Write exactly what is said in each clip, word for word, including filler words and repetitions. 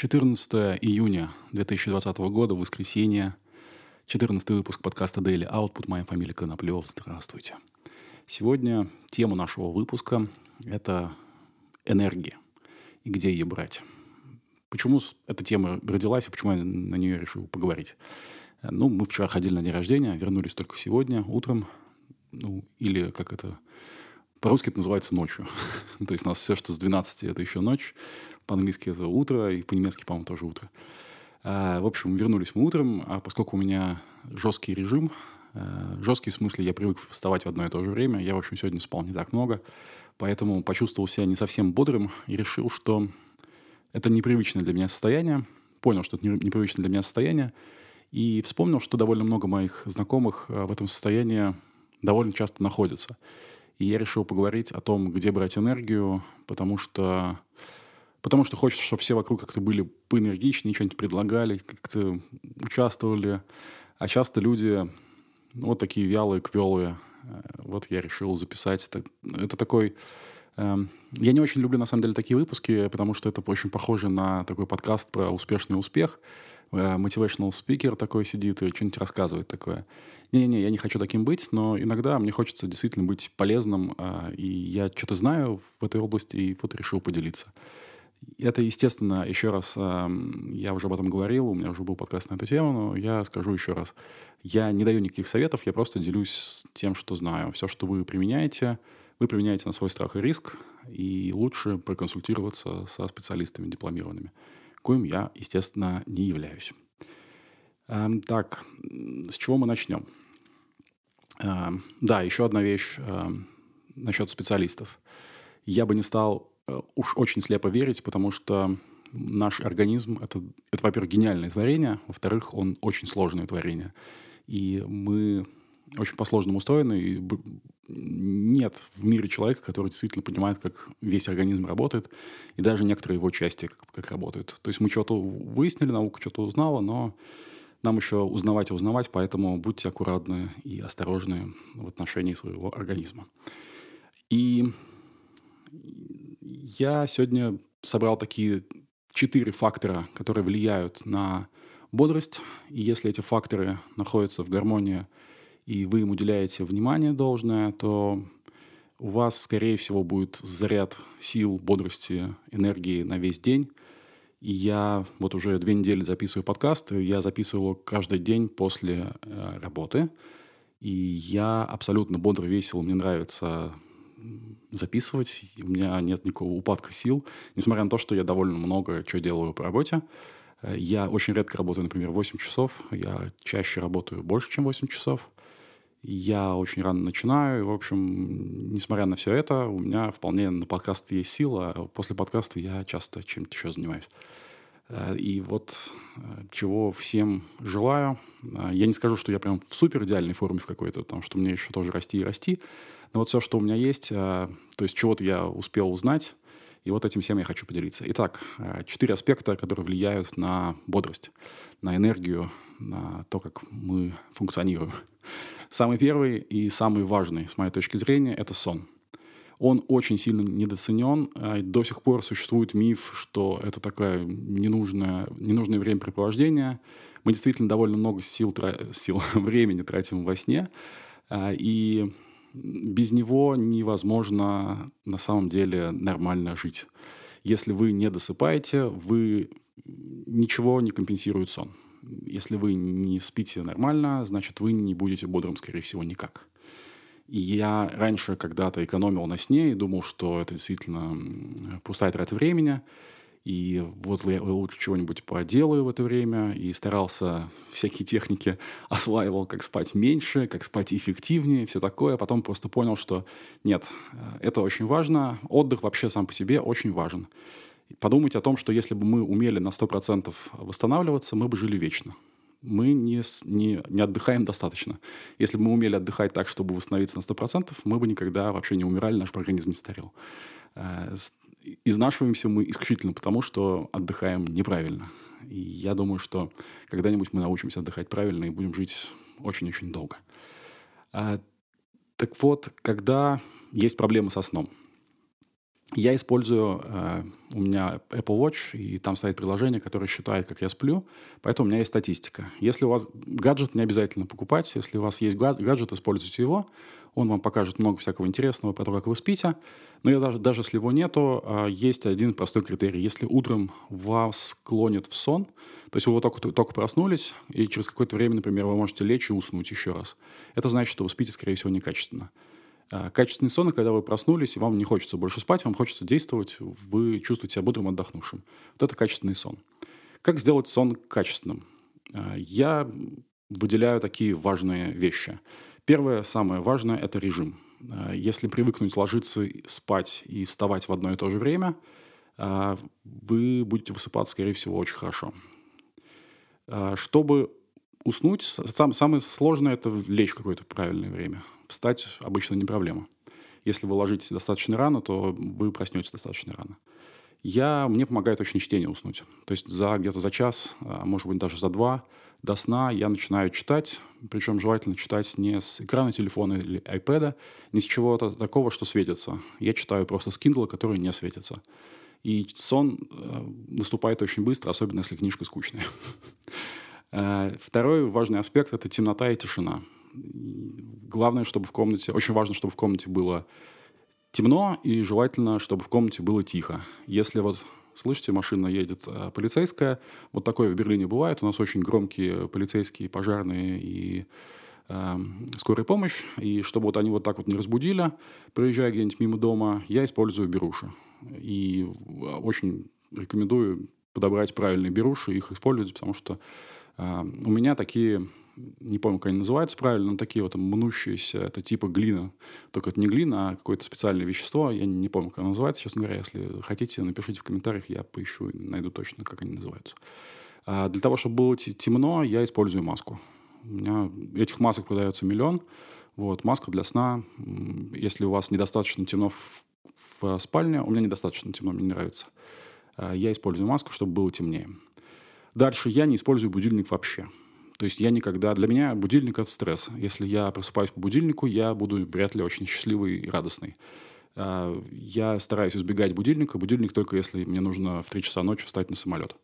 четырнадцатое июня две тысячи двадцатого года, воскресенье, четырнадцатый выпуск подкаста Daily Output. Моя фамилия Коноплев. Здравствуйте. Сегодня тема нашего выпуска – это энергия и где ее брать. Почему эта тема родилась и почему я на нее решил поговорить? Ну, мы вчера ходили на день рождения, вернулись только сегодня утром, ну, или как это... По-русски это называется ночью. То есть у нас все, что с двенадцати, это еще ночь. По-английски это утро, и по-немецки, по-моему, тоже утро. А, в общем, вернулись мы утром, а поскольку у меня жесткий режим, а, жесткий в смысле я привык вставать в одно и то же время, я, в общем, сегодня спал не так много, поэтому почувствовал себя не совсем бодрым и решил, что это непривычное для меня состояние. Понял, что это непривычное для меня состояние, и вспомнил, что довольно много моих знакомых в этом состоянии довольно часто находятся. И я решил поговорить о том, где брать энергию, потому что, потому что хочется, чтобы все вокруг как-то были поэнергичнее, что-нибудь предлагали, как-то участвовали. А часто люди ну, вот такие вялые, квелые. Вот я решил записать. Это такой... Э, я не очень люблю, на самом деле, такие выпуски, потому что это очень похоже на такой подкаст про успешный успех. Motivational speaker такой сидит и что-нибудь рассказывает такое. Не-не-не, я не хочу таким быть, но иногда мне хочется действительно быть полезным, и я что-то знаю в этой области, и вот решил поделиться. Это, естественно, еще раз, я уже об этом говорил, у меня уже был подкаст на эту тему, но я скажу еще раз. Я не даю никаких советов, я просто делюсь тем, что знаю. Все, что вы применяете, вы применяете на свой страх и риск, и лучше проконсультироваться со специалистами дипломированными, коим я, естественно, не являюсь. Эм, так, с чего мы начнем? Эм, да, еще одна вещь эм, насчет специалистов. Я бы не стал э, уж очень слепо верить, потому что наш организм это, – это, во-первых, гениальное творение, во-вторых, он очень сложное творение. И мы очень по-сложному устроены, и нет в мире человека, который действительно понимает, как весь организм работает, и даже некоторые его части как, как работают. То есть мы что-то выяснили, наука что-то узнала, но нам еще узнавать и узнавать, поэтому будьте аккуратны и осторожны в отношении своего организма. И я сегодня собрал такие четыре фактора, которые влияют на бодрость, и если эти факторы находятся в гармонии, и вы им уделяете внимание должное, то у вас, скорее всего, будет заряд сил, бодрости, энергии на весь день. И я вот уже две недели записываю подкаст, и я записываю его каждый день после э, работы. И я абсолютно бодр, весел, мне нравится записывать, у меня нет никакого упадка сил, несмотря на то, что я довольно много чего делаю по работе. Я очень редко работаю, например, восемь часов, я чаще работаю больше, чем восемь часов. Я очень рано начинаю, и, в общем, несмотря на все это, у меня вполне на подкаст есть сила, а после подкаста я часто чем-то еще занимаюсь. И вот чего всем желаю. Я не скажу, что я прям в супер идеальной форме в какой-то, потому что мне еще тоже расти и расти, но вот все, что у меня есть, то есть чего-то я успел узнать, и вот этим всем я хочу поделиться. Итак, четыре аспекта, которые влияют на бодрость, на энергию, на то, как мы функционируем. Самый первый и самый важный, с моей точки зрения, это сон. Он очень сильно недооценен. До сих пор существует миф, что это такое ненужное, ненужное времяпрепровождение. Мы действительно довольно много сил, сил, времени тратим во сне. И без него невозможно на самом деле нормально жить. Если вы не досыпаете, вы ничего не компенсирует сон. Если вы не спите нормально, значит, вы не будете бодрым, скорее всего, никак. И я раньше когда-то экономил на сне и думал, что это действительно пустая трата времени. И вот я лучше чего-нибудь поделаю в это время. И старался всякие техники осваивал, как спать меньше, как спать эффективнее, все такое. Потом просто понял, что нет, это очень важно. Отдых вообще сам по себе очень важен. Подумать о том, что если бы мы умели на сто процентов восстанавливаться, мы бы жили вечно. Мы не, не, не отдыхаем достаточно. Если бы мы умели отдыхать так, чтобы восстановиться на сто процентов, мы бы никогда вообще не умирали, наш организм не старел. Изнашиваемся мы исключительно потому, что отдыхаем неправильно. И я думаю, что когда-нибудь мы научимся отдыхать правильно и будем жить очень-очень долго. Так вот, когда есть проблемы со сном, Я использую, э, у меня Apple Watch, и там стоит приложение, которое считает, как я сплю, поэтому у меня есть статистика. Если у вас гаджет, не обязательно покупать. Если у вас есть гад- гаджет, используйте его. Он вам покажет много всякого интересного про то, как вы спите. Но я даже, даже если его нету, э, есть один простой критерий. Если утром вас клонит в сон, то есть вы вот только, только проснулись, и через какое-то время, например, вы можете лечь и уснуть еще раз. Это значит, что вы спите, скорее всего, некачественно. А, Качественный сон, когда вы проснулись, и вам не хочется больше спать, вам хочется действовать, вы чувствуете себя бодрым, отдохнувшим. Вот это качественный сон. Как сделать сон качественным? А, Я выделяю такие важные вещи. Первое, самое важное– это режим. А, Если привыкнуть ложиться и спать и вставать в одно и то же время, а, вы будете высыпаться, скорее всего, очень хорошо. А, Чтобы уснуть, с- сам, самое сложное– это лечь в какое-то правильное время. Встать обычно не проблема. Если вы ложитесь достаточно рано, то вы проснетесь достаточно рано. Я, мне помогает очень чтение уснуть. То есть за, где-то за час, а может быть даже за два до сна я начинаю читать. Причем желательно читать не с экрана телефона или iPad, не с чего-то такого, что светится. Я читаю просто с Kindle, который не светится. И сон э, наступает очень быстро, особенно если книжка скучная. Э, Второй важный аспект– это темнота и тишина. И Главное, чтобы в комнате, очень важно, чтобы в комнате было темно и желательно, чтобы в комнате было тихо. Если вот, слышите, машина едет э, полицейская, вот такое в Берлине бывает, у нас очень громкие полицейские, пожарные и э, скорая помощь, и чтобы вот они вот так вот не разбудили, проезжая где-нибудь мимо дома, я использую беруши. И э, очень рекомендую подобрать правильные беруши, их использовать, потому что э, у меня такие, не помню, как они называются правильно, но такие вот мнущиеся, это типа глина. Только это не глина, а какое-то специальное вещество. Я не помню, как оно называется, честно говоря. Если хотите, напишите в комментариях, я поищу и найду точно, как они называются. А для того, чтобы было темно, я использую маску. У меня этих масок продается миллион. Вот, маска для сна. Если у вас недостаточно темно в, в спальне, у меня недостаточно темно, мне не нравится. Я использую маску, чтобы было темнее. Дальше я не использую будильник вообще. То есть я никогда... Для меня будильник – это стресс. Если я просыпаюсь по будильнику, я буду вряд ли очень счастливый и радостный. Я стараюсь избегать будильника. Будильник только если мне нужно в три часа ночи встать на самолет.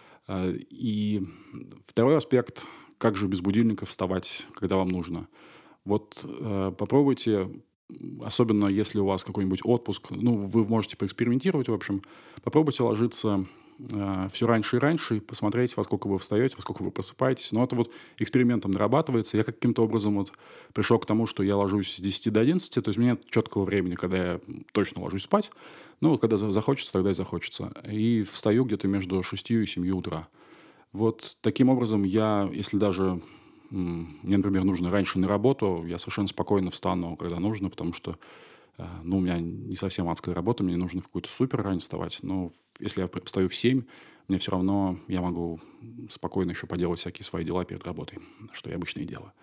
И второй аспект – как же без будильника вставать, когда вам нужно. Вот попробуйте, особенно если у вас какой-нибудь отпуск, ну, вы можете поэкспериментировать, в общем, попробуйте ложиться э, все раньше и раньше и посмотреть, во сколько вы встаете, во сколько вы просыпаетесь. Но это вот экспериментом нарабатывается. Я каким-то образом вот пришел к тому, что я ложусь с десяти до одиннадцати, то есть у меня нет четкого времени, когда я точно ложусь спать. Ну, вот когда захочется, тогда и захочется. И встаю где-то между шестью и семью утра. Вот таким образом я, если даже мне, например, нужно раньше на работу, я совершенно спокойно встану, когда нужно, потому что э, ну, у меня не совсем адская работа, мне нужно в какую-то супер рань вставать. Но если я встаю в семь, мне все равно, я могу спокойно еще поделать всякие свои дела перед работой, что я обычно и делаю.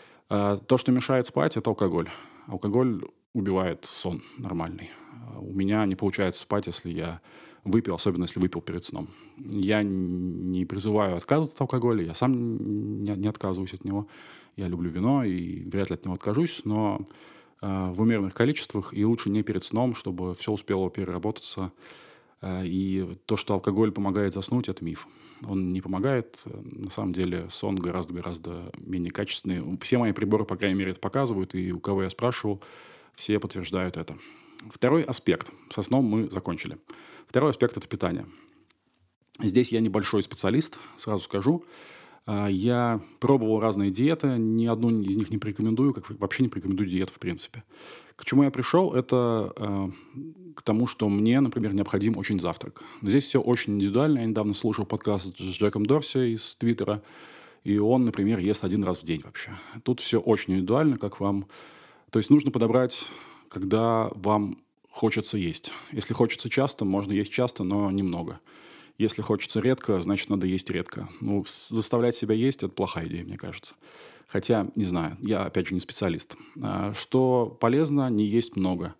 А то, что мешает спать, это алкоголь. Алкоголь убивает сон нормальный. А У меня не получается спать, если я выпил, особенно если выпил перед сном. Я не призываю отказываться от алкоголя, я сам не, не отказываюсь от него. Я люблю вино и вряд ли от него откажусь, но э, в умеренных количествах и лучше не перед сном, чтобы все успело переработаться. Э, и то, что алкоголь помогает заснуть, это миф. Он не помогает. На самом деле сон гораздо-гораздо менее качественный. Все мои приборы, по крайней мере, это показывают, и у кого я спрашивал, все подтверждают это. Второй аспект. Со сном мы закончили. Второй аспект – это питание. Здесь я небольшой специалист, сразу скажу. А, Я пробовал разные диеты, ни одну из них не порекомендую, как вообще не порекомендую диету в принципе. К чему я пришел, это э, к тому, что мне, например, необходим очень завтрак. Но здесь все очень индивидуально. Я недавно слушал подкаст с Джеком Дорси из Твиттера, и он, например, ест один раз в день вообще. Тут все очень индивидуально, как вам... То есть нужно подобрать, когда вам хочется есть. Если хочется часто, можно есть часто, но немного. Если хочется редко, значит, надо есть редко. Ну, заставлять себя есть – это плохая идея, мне кажется. Хотя, не знаю, я, опять же, не специалист. А, Что полезно, не есть много.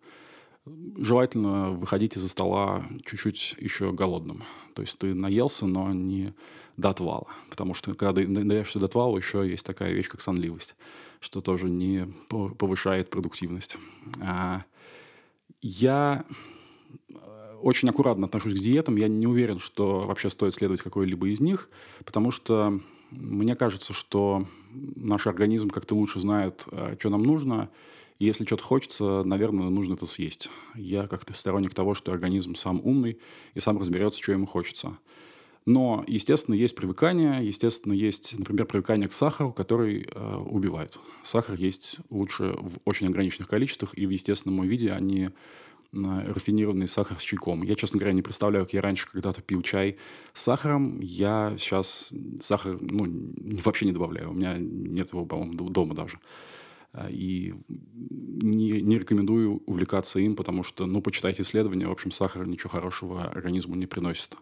Желательно выходить из-за стола чуть-чуть еще голодным. То есть ты наелся, но не до отвала. Потому что когда наешься до отвала, еще есть такая вещь, как сонливость, что тоже не повышает продуктивность. А, Я очень аккуратно отношусь к диетам. Я не уверен, что вообще стоит следовать какой-либо из них, потому что мне кажется, что наш организм как-то лучше знает, что нам нужно. И если что-то хочется, наверное, нужно это съесть. Я как-то сторонник того, что организм сам умный и сам разберется, что ему хочется. Но, естественно, есть привыкание. Естественно, есть, например, привыкание к сахару, который э, убивает. Сахар есть лучше в очень ограниченных количествах и в естественном виде, а не рафинированный сахар с чайком. Я, честно говоря, не представляю, как я раньше когда-то пил чай с сахаром. Я сейчас сахар ну, вообще не добавляю. У меня нет его, по-моему, дома даже. И не, не рекомендую увлекаться им, потому что, ну, почитайте исследования, в общем, сахар ничего хорошего организму не приносит.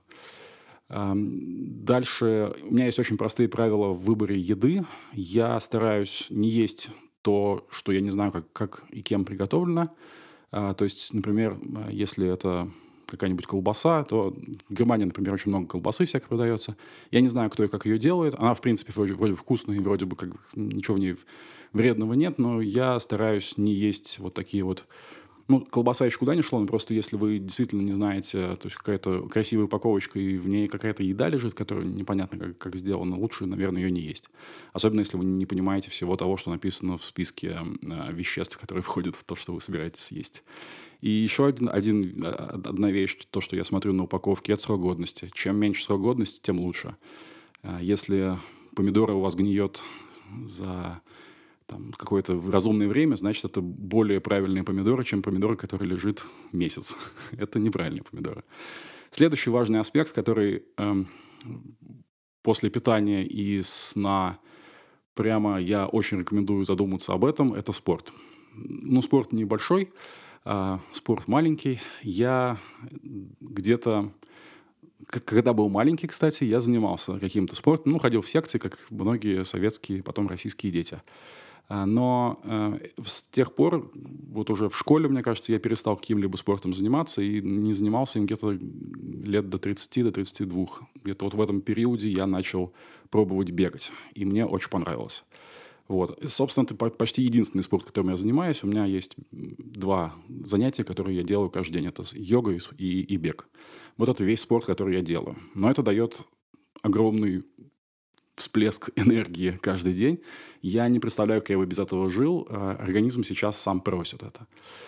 Дальше у меня есть очень простые правила в выборе еды. Я стараюсь не есть то, что я не знаю, как, как и кем приготовлено. То есть, например, если это какая-нибудь колбаса, то в Германии, например, очень много колбасы всякой продается. Я не знаю, кто и как ее делает. Она, в принципе, вроде, вроде вкусная и вроде бы как ничего в ней вредного нет, но я стараюсь не есть вот такие вот... Ну, колбаса еще куда ни шло, но просто если вы действительно не знаете, то есть какая-то красивая упаковочка, и в ней какая-то еда лежит, которая непонятно как, как сделана, лучше, наверное, ее не есть. Особенно, если вы не понимаете всего того, что написано в списке э, веществ, которые входят в то, что вы собираетесь съесть. И еще один, один, одна вещь, то, что я смотрю на упаковке, это срок годности. Чем меньше срок годности, тем лучше. Если помидоры у вас гниет за... там, какое-то разумное время, значит, это более правильные помидоры, чем помидоры, которые лежат месяц. Это неправильные помидоры. Следующий важный аспект, который э, после питания и сна прямо я очень рекомендую задуматься об этом, это спорт. Ну, спорт небольшой, а спорт маленький. Я где-то... Когда был маленький, кстати, я занимался каким-то спортом. Ну, ходил в секции, как многие советские, потом российские дети. Но э, с тех пор, вот уже в школе, мне кажется, я перестал каким-либо спортом заниматься и не занимался им где-то лет до тридцати, до тридцати двух. Где-то вот в этом периоде я начал пробовать бегать, и мне очень понравилось. Вот. И, собственно, это почти единственный спорт, которым я занимаюсь. У меня есть два занятия, которые я делаю каждый день. Это йога и, и бег. Вот это весь спорт, который я делаю. Но это дает огромный всплеск энергии каждый день. Я не представляю, как я бы без этого жил. Организм сейчас сам просит это.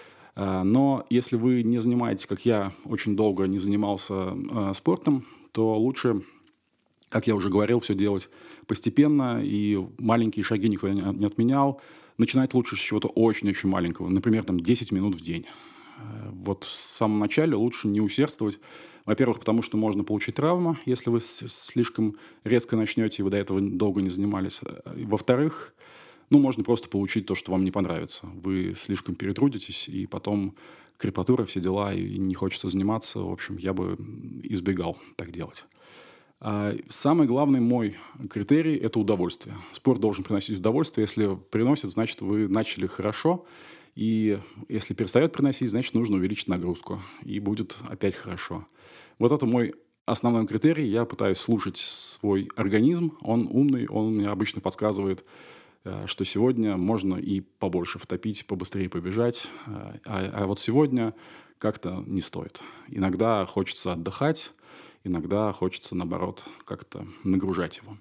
Но если вы не занимаетесь, как я очень долго не занимался спортом, то лучше, как я уже говорил, все делать постепенно, и маленькие шаги никто не отменял. Начинать лучше с чего-то очень-очень маленького. Например, там десять минут в день. Вот в самом начале лучше не усердствовать. Во-первых, потому что можно получить травму, если вы слишком резко начнете, и вы до этого долго не занимались. Во-вторых, ну, можно просто получить то, что вам не понравится. Вы слишком перетрудитесь, и потом крепатура, все дела, и не хочется заниматься. В общем, я бы избегал так делать. Самый главный мой критерий – это удовольствие. Спорт должен приносить удовольствие. Если приносит, значит, вы начали хорошо. И если перестает приносить, значит, нужно увеличить нагрузку. И будет опять хорошо. Вот это мой основной критерий. Я пытаюсь слушать свой организм. Он умный, он мне обычно подсказывает, что сегодня можно и побольше втопить, побыстрее побежать. А, а вот сегодня как-то не стоит. Иногда хочется отдыхать, иногда хочется, наоборот, как-то нагружать его.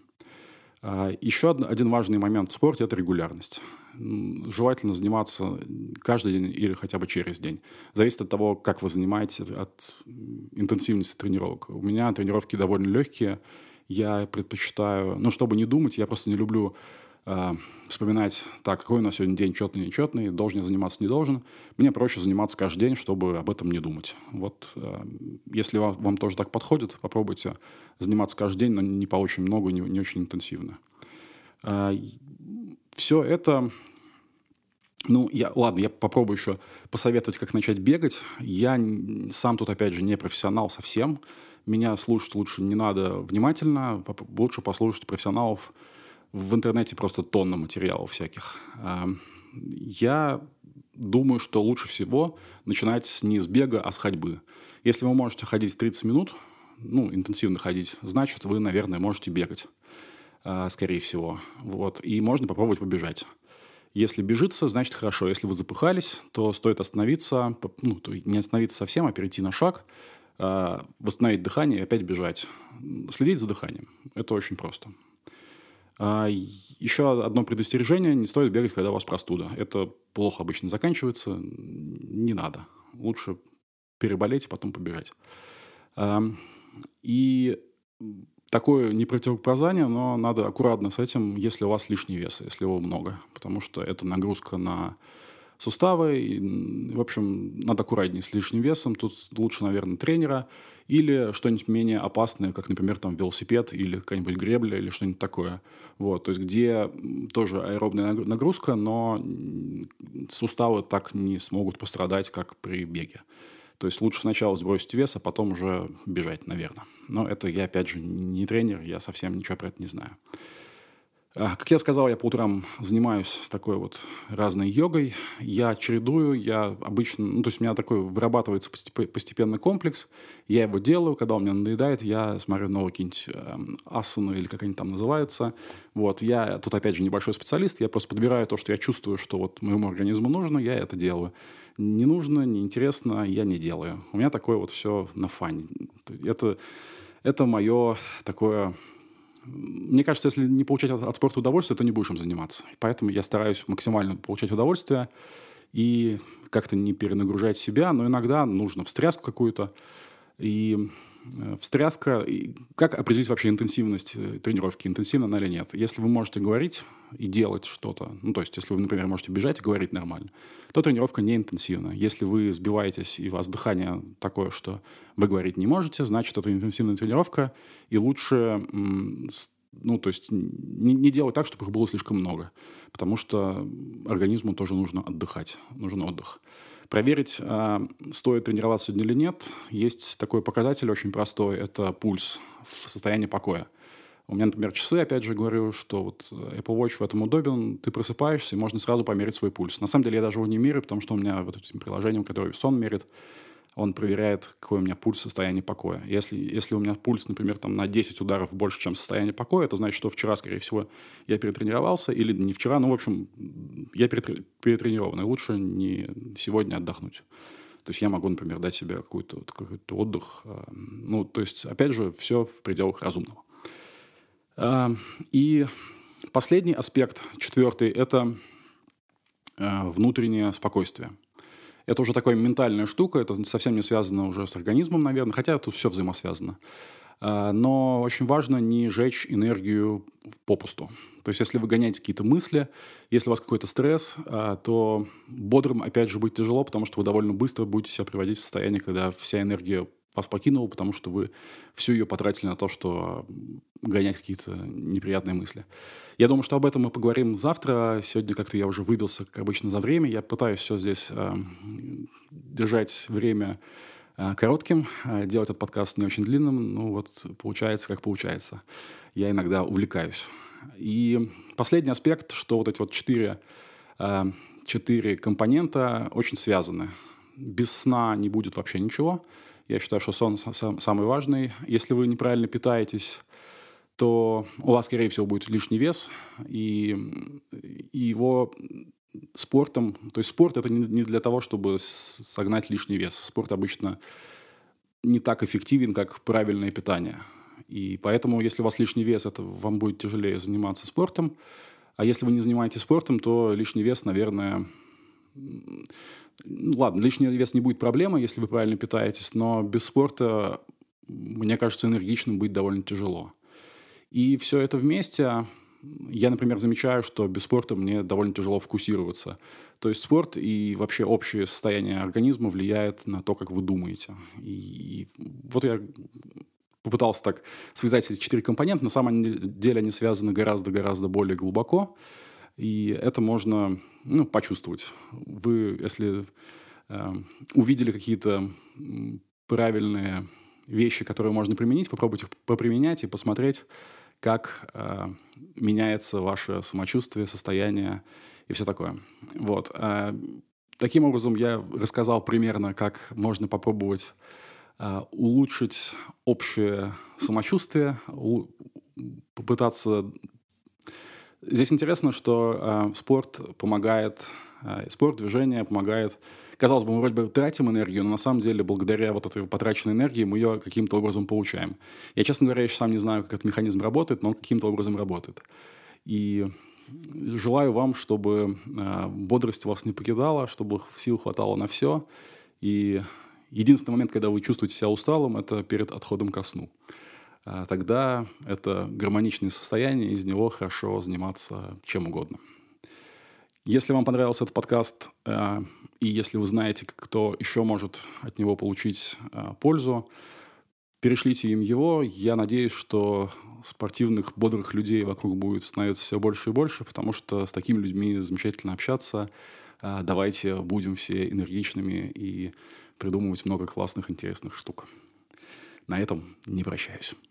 Еще один важный момент в спорте – это регулярность. Желательно заниматься каждый день или хотя бы через день. Зависит от того, как вы занимаетесь, от интенсивности тренировок. У меня тренировки довольно легкие. Я предпочитаю, ну, чтобы не думать, я просто не люблю э, вспоминать, так, какой у нас сегодня день, четный, нечетный, должен я заниматься, не должен. Мне проще заниматься каждый день, чтобы об этом не думать. Вот, э, если вам, вам тоже так подходит, попробуйте заниматься каждый день, но не по очень много, не, не очень интенсивно. Э, все это... Ну, я, ладно, я попробую еще посоветовать, как начать бегать. Я сам тут, опять же, не профессионал совсем. Меня слушать лучше не надо внимательно. Лучше послушать профессионалов. В интернете просто тонна материалов всяких. Я думаю, что лучше всего начинать не с бега, а с ходьбы. Если вы можете ходить тридцать минут, ну, интенсивно ходить, значит, вы, наверное, можете бегать, скорее всего. Вот. И можно попробовать побежать. Если бежится, значит хорошо. Если вы запыхались, то стоит остановиться, ну, то не остановиться совсем, а перейти на шаг, а, восстановить дыхание и опять бежать. Следить за дыханием. Это очень просто. А, еще одно предостережение. Не стоит бегать, когда у вас простуда. Это плохо обычно заканчивается. Не надо. Лучше переболеть и потом побежать. А, и такое не противопоказание, но надо аккуратно с этим, если у вас лишний вес, если его много. Потому что это нагрузка на суставы. И, в общем, надо аккуратнее с лишним весом. Тут лучше, наверное, тренера. Или что-нибудь менее опасное, как, например, там, велосипед или какая-нибудь гребля или что-нибудь такое. Вот, то есть, где тоже аэробная нагрузка, но суставы так не смогут пострадать, как при беге. То есть лучше сначала сбросить вес, а потом уже бежать, наверное. Но это я, опять же, не тренер, я совсем ничего про это не знаю. Как я сказал, я по утрам занимаюсь такой вот разной йогой. Я чередую, я обычно... Ну, то есть у меня такой вырабатывается постепенный комплекс. Я его делаю, когда он мне надоедает, я смотрю новые какие-нибудь э, асаны или как они там называются. Вот, я тут, опять же, небольшой специалист. Я просто подбираю то, что я чувствую, что вот моему организму нужно, я это делаю. Не нужно, неинтересно, я не делаю. У меня такое вот все на фане. Это, это мое такое... Мне кажется, если не получать от, от спорта удовольствие, то не будешь им заниматься. Поэтому я стараюсь максимально получать удовольствие и как-то не перенагружать себя. Но иногда нужно встряску какую-то. И встряска... И как определить вообще интенсивность тренировки? Интенсивна она или нет? Если вы можете говорить и делать что-то, ну, то есть, если вы, например, можете бежать и говорить нормально, то тренировка не интенсивна. Если вы сбиваетесь, и у вас дыхание такое, что вы говорить не можете, значит, это интенсивная тренировка, и лучше, ну, то есть, не, не делать так, чтобы их было слишком много, потому что организму тоже нужно отдыхать, нужен отдых. Проверить, стоит тренироваться сегодня или нет, есть такой показатель очень простой, это пульс в состоянии покоя. У меня, например, часы, опять же, говорю, что вот Apple Watch в этом удобен. Ты просыпаешься, и можно сразу померить свой пульс. На самом деле я даже его не меряю, потому что у меня вот этим приложением, которое сон мерит, он проверяет, какой у меня пульс в состоянии покоя. Если, если у меня пульс, например, там, на десять ударов больше, чем состояние покоя, это значит, что вчера, скорее всего, я перетренировался, или не вчера, ну, в общем, я перетренирован, и лучше не сегодня отдохнуть. То есть я могу, например, дать себе какой-то, вот, какой-то отдых. Ну, то есть, опять же, все в пределах разумного. И последний аспект, четвертый, это внутреннее спокойствие. Это уже такая ментальная штука, это совсем не связано уже с организмом, наверное, хотя тут все взаимосвязано. Но очень важно не жечь энергию попусту. То есть если вы гоняете какие-то мысли, если у вас какой-то стресс, то бодрым, опять же, быть тяжело, потому что вы довольно быстро будете себя приводить в состояние, когда вся энергия вас покинула, потому что вы всю ее потратили на то, что гонять какие-то неприятные мысли. Я думаю, что об этом мы поговорим завтра. Сегодня как-то я уже выбился, как обычно, за время. Я пытаюсь все здесь э, держать время э, коротким, э, делать этот подкаст не очень длинным. Ну вот получается, как получается. Я иногда увлекаюсь. И последний аспект, что вот эти вот четыре, э, четыре компонента очень связаны. Без сна не будет вообще ничего. Я считаю, что сон сам, самый важный. Если вы неправильно питаетесь, то у вас, скорее всего, будет лишний вес. И, и его спортом... То есть спорт – это не для того, чтобы согнать лишний вес. Спорт обычно не так эффективен, как правильное питание. И поэтому, если у вас лишний вес, это вам будет тяжелее заниматься спортом. А если вы не занимаетесь спортом, то лишний вес, наверное... Ну, ладно, лишний вес не будет проблемой, если вы правильно питаетесь, но без спорта, мне кажется, энергичным быть довольно тяжело. И все это вместе, я, например, замечаю, что без спорта мне довольно тяжело фокусироваться. То есть спорт и вообще общее состояние организма влияет на то, как вы думаете. И вот я попытался так связать эти четыре компонента. На самом деле они связаны гораздо-гораздо более глубоко. И это можно, ну, почувствовать. Вы, если э, увидели какие-то правильные вещи, которые можно применить, попробуйте их поприменять и посмотреть, как э, меняется ваше самочувствие, состояние и все такое. Вот. Э, таким образом, я рассказал примерно, как можно попробовать э, улучшить общее самочувствие, у, попытаться... Здесь интересно, что э, спорт помогает, э, спорт, движение помогает. Казалось бы, мы вроде бы тратим энергию, но на самом деле благодаря вот этой потраченной энергии мы ее каким-то образом получаем. Я, честно говоря, еще сам не знаю, как этот механизм работает, но он каким-то образом работает. И желаю вам, чтобы э, бодрость вас не покидала, чтобы сил хватало на все. И единственный момент, когда вы чувствуете себя усталым, это перед отходом ко сну. А тогда это гармоничное состояние, из него хорошо заниматься чем угодно. Если вам понравился этот подкаст, э, и если вы знаете, кто еще может от него получить э, пользу, перешлите им его. Я надеюсь, что спортивных, бодрых людей вокруг будет становиться все больше и больше, потому что с такими людьми замечательно общаться. Э, давайте будем все энергичными и придумывать много классных, интересных штук. На этом не прощаюсь.